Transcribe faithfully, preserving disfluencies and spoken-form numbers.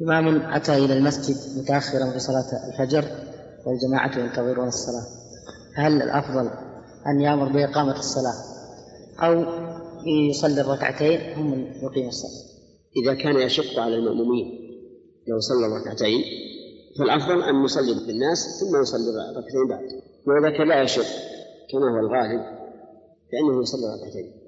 إمام أتى إلى المسجد متأخرا في صلاة الفجر والجماعة ينتظرون الصلاة، هل الأفضل أن يأمر بإقامة الصلاة أو يصلي الركعتين هم يقيم الصلاة؟ إذا كان يشق على المأمومين لو صلى الركعتين فالأفضل أن يصلي بالناس ثم يصلي الركعتين بعد، وإذا كان لا يشق كما هو الغالب فإنه يصلي الركعتين.